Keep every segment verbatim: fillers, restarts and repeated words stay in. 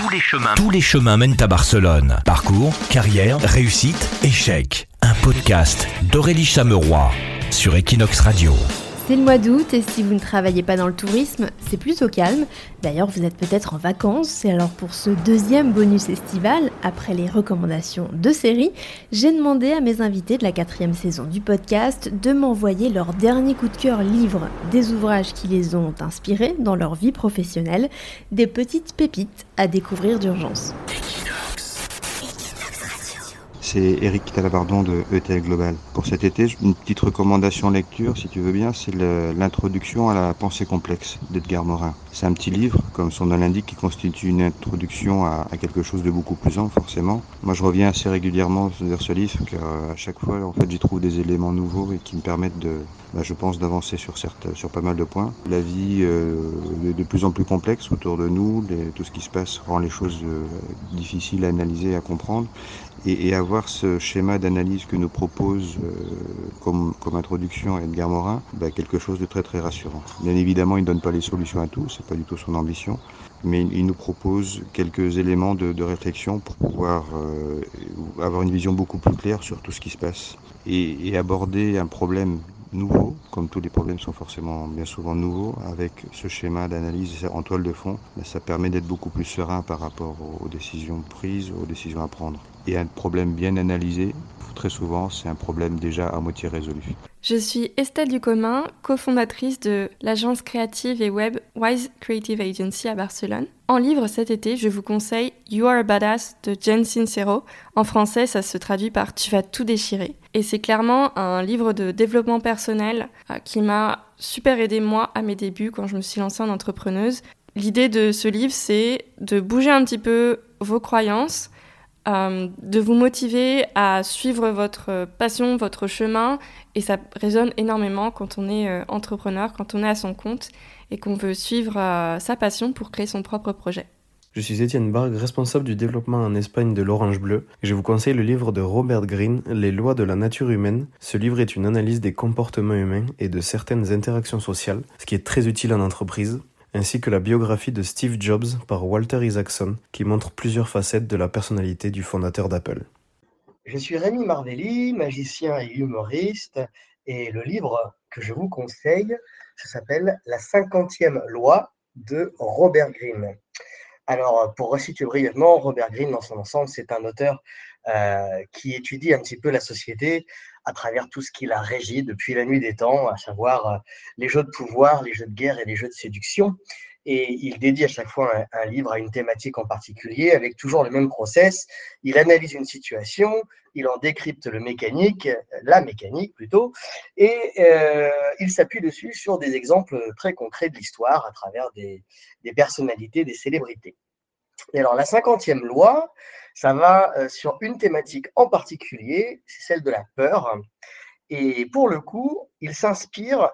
Tous les chemins, tous les chemins mènent à Barcelone. Parcours, carrière, réussite, échec. Un podcast d'Aurélie Chameroy sur Equinox Radio. C'est le mois d'août et si vous ne travaillez pas dans le tourisme, c'est plutôt calme. D'ailleurs, vous êtes peut-être en vacances et alors pour ce deuxième bonus estival, après les recommandations de séries, j'ai demandé à mes invités de la quatrième saison du podcast de m'envoyer leur dernier coup de cœur livre, des ouvrages qui les ont inspirés dans leur vie professionnelle, des petites pépites à découvrir d'urgence. C'est Eric Talabardon de E T L Global. Pour cet été, une petite recommandation lecture, si tu veux bien, c'est le, l'introduction à la pensée complexe d'Edgar Morin. C'est un petit livre, comme son nom l'indique, qui constitue une introduction à, à quelque chose de beaucoup plus ample, forcément. Moi, je reviens assez régulièrement vers ce livre, car à chaque fois, en fait, j'y trouve des éléments nouveaux et qui me permettent de, bah, je pense, d'avancer sur certes, sur pas mal de points. La vie euh, est de plus en plus complexe autour de nous, les, tout ce qui se passe rend les choses euh, difficiles à analyser, à comprendre. Et, et avoir ce schéma d'analyse que nous propose euh, comme, comme introduction Edgar Morin, bah, quelque chose de très très rassurant. Bien évidemment, il ne donne pas les solutions à tout, c'est pas du tout son ambition, mais il nous propose quelques éléments de, de réflexion pour pouvoir euh, avoir une vision beaucoup plus claire sur tout ce qui se passe et, et aborder un problème nouveau, comme tous les problèmes sont forcément bien souvent nouveaux, avec ce schéma d'analyse en toile de fond, bah, ça permet d'être beaucoup plus serein par rapport aux, aux décisions prises, aux décisions à prendre. Et un problème bien analysé, très souvent, c'est un problème déjà à moitié résolu. Je suis Estelle Ducommun, cofondatrice de l'agence créative et web Wise Creative Agency à Barcelone. En livre cet été, je vous conseille You Are a Badass de Jen Sincero. En français, ça se traduit par Tu vas tout déchirer. Et c'est clairement un livre de développement personnel euh, qui m'a super aidé moi à mes débuts quand je me suis lancée en entrepreneuse. L'idée de ce livre, c'est de bouger un petit peu vos croyances, Euh, de vous motiver à suivre votre passion, votre chemin, et ça résonne énormément quand on est euh, entrepreneur, quand on est à son compte et qu'on veut suivre euh, sa passion pour créer son propre projet. Je suis Étienne Bargue, responsable du développement en Espagne de l'Orange Bleu, et je vous conseille le livre de Robert Greene, Les lois de la nature humaine. Ce livre est une analyse des comportements humains et de certaines interactions sociales, ce qui est très utile en entreprise, ainsi que la biographie de Steve Jobs par Walter Isaacson, qui montre plusieurs facettes de la personnalité du fondateur d'Apple. Je suis Rémi Marvelli, magicien et humoriste, et le livre que je vous conseille, ça s'appelle La cinquantième loi de Robert Greene. Alors, pour resituer brièvement, Robert Greene, dans son ensemble, c'est un auteur euh, qui étudie un petit peu la société à travers tout ce qui la régit depuis la nuit des temps, à savoir euh, les jeux de pouvoir, les jeux de guerre et les jeux de séduction. Et il dédie à chaque fois un, un livre à une thématique en particulier, avec toujours le même process. Il analyse une situation, il en décrypte le mécanique, la mécanique plutôt, et euh, il s'appuie dessus sur des exemples très concrets de l'histoire à travers des, des personnalités, des célébrités. Et alors, la cinquantième loi, ça va euh, sur une thématique en particulier, c'est celle de la peur. Et pour le coup, il s'inspire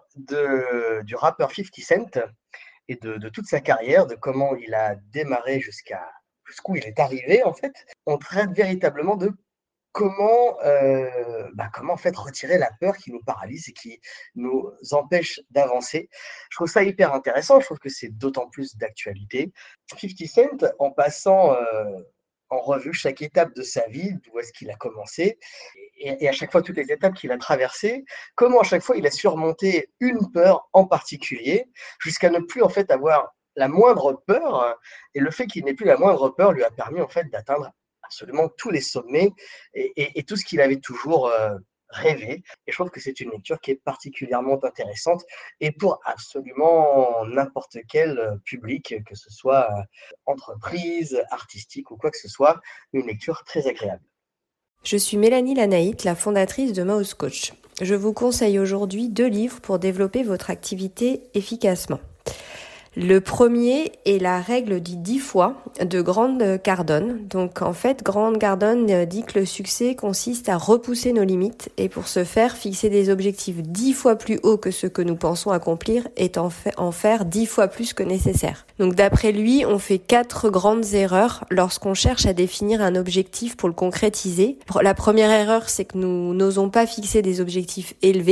de, du rappeur fifty Cent et de, de toute sa carrière, de comment il a démarré jusqu'à jusqu'où il est arrivé, en fait. On traite véritablement de comment, euh, bah, comment en fait retirer la peur qui nous paralyse et qui nous empêche d'avancer. Je trouve ça hyper intéressant, je trouve que c'est d'autant plus d'actualité. fifty Cent, en passant euh, en revue chaque étape de sa vie, d'où est-ce qu'il a commencé, et, et à chaque fois toutes les étapes qu'il a traversées, comment à chaque fois il a surmonté une peur en particulier, jusqu'à ne plus en fait avoir la moindre peur, et le fait qu'il n'ait plus la moindre peur lui a permis en fait d'atteindre absolument tous les sommets et, et, et tout ce qu'il avait toujours euh, rêvé. Et je trouve que c'est une lecture qui est particulièrement intéressante et pour absolument n'importe quel public, que ce soit euh, entreprise, artistique ou quoi que ce soit, une lecture très agréable. Je suis Mélanie Lanaït, la fondatrice de Mouse Coach. Je vous conseille aujourd'hui deux livres pour développer votre activité efficacement. Le premier est la règle du dix fois de Grant Cardone. Donc en fait, Grant Cardone dit que le succès consiste à repousser nos limites et pour ce faire, fixer des objectifs dix fois plus hauts que ce que nous pensons accomplir et en, fa- en faire dix fois plus que nécessaire. Donc d'après lui, on fait quatre grandes erreurs lorsqu'on cherche à définir un objectif pour le concrétiser. La première erreur, c'est que nous n'osons pas fixer des objectifs élevés.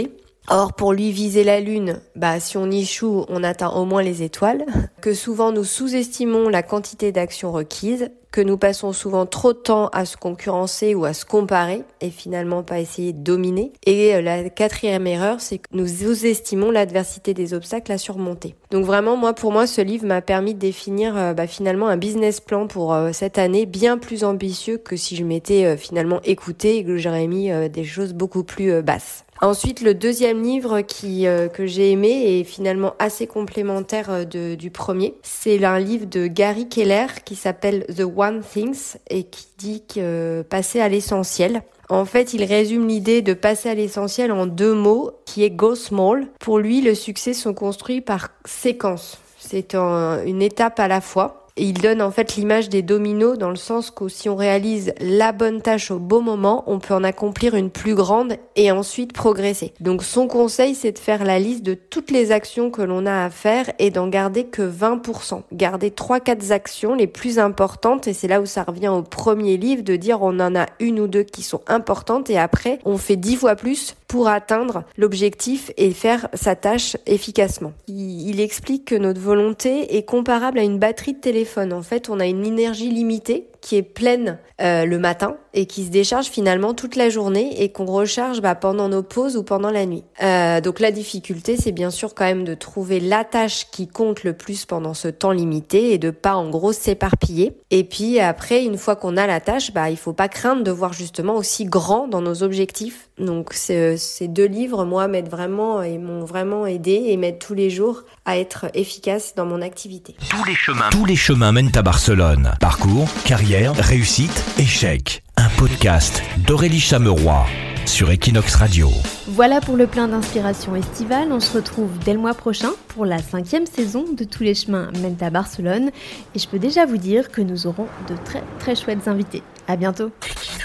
Or, pour lui, viser la lune, bah, si on échoue, on atteint au moins les étoiles. Que souvent nous sous-estimons la quantité d'actions requises. Que nous passons souvent trop de temps à se concurrencer ou à se comparer et finalement pas essayer de dominer. Et la quatrième erreur, c'est que nous sous-estimons l'adversité des obstacles à surmonter. Donc vraiment, moi, pour moi, ce livre m'a permis de définir euh, bah, finalement un business plan pour euh, cette année bien plus ambitieux que si je m'étais euh, finalement écoutée et que j'aurais mis euh, des choses beaucoup plus euh, basses. Ensuite, le deuxième livre qui euh, que j'ai aimé est finalement assez complémentaire euh, de, du premier. C'est un livre de Gary Keller qui s'appelle The One Things et qui dit que euh, passer à l'essentiel. En fait, il résume l'idée de passer à l'essentiel en deux mots, qui est go small. Pour lui, le succès sont construits par séquence. C'est un, une étape à la fois. Et il donne en fait l'image des dominos dans le sens que si on réalise la bonne tâche au bon moment, on peut en accomplir une plus grande et ensuite progresser. Donc son conseil, c'est de faire la liste de toutes les actions que l'on a à faire et d'en garder que vingt pour cent. Garder trois quatre actions les plus importantes et c'est là où ça revient au premier livre de dire on en a une ou deux qui sont importantes et après on fait dix fois plus pour atteindre l'objectif et faire sa tâche efficacement. Il, il explique que notre volonté est comparable à une batterie de téléphone. En fait, on a une énergie limitée qui est pleine euh, le matin et qui se décharge finalement toute la journée et qu'on recharge bah, pendant nos pauses ou pendant la nuit. Euh, donc la difficulté, c'est bien sûr quand même de trouver la tâche qui compte le plus pendant ce temps limité et de pas en gros s'éparpiller. Et puis après, une fois qu'on a la tâche, bah il faut pas craindre de voir justement aussi grand dans nos objectifs. Donc c'est, ces deux livres, moi, m'aident vraiment et m'ont vraiment aidé et m'aident tous les jours à être efficace dans mon activité. Tous les chemins, tous les chemins mènent à Barcelone. Parcours, carrière, réussite, échec. Un podcast d'Aurélie Chameroy sur Equinox Radio. Voilà pour le plein d'inspiration estivale. On se retrouve dès le mois prochain pour la cinquième saison de Tous les chemins mènent à Barcelone. Et je peux déjà vous dire que nous aurons de très très chouettes invités. À bientôt.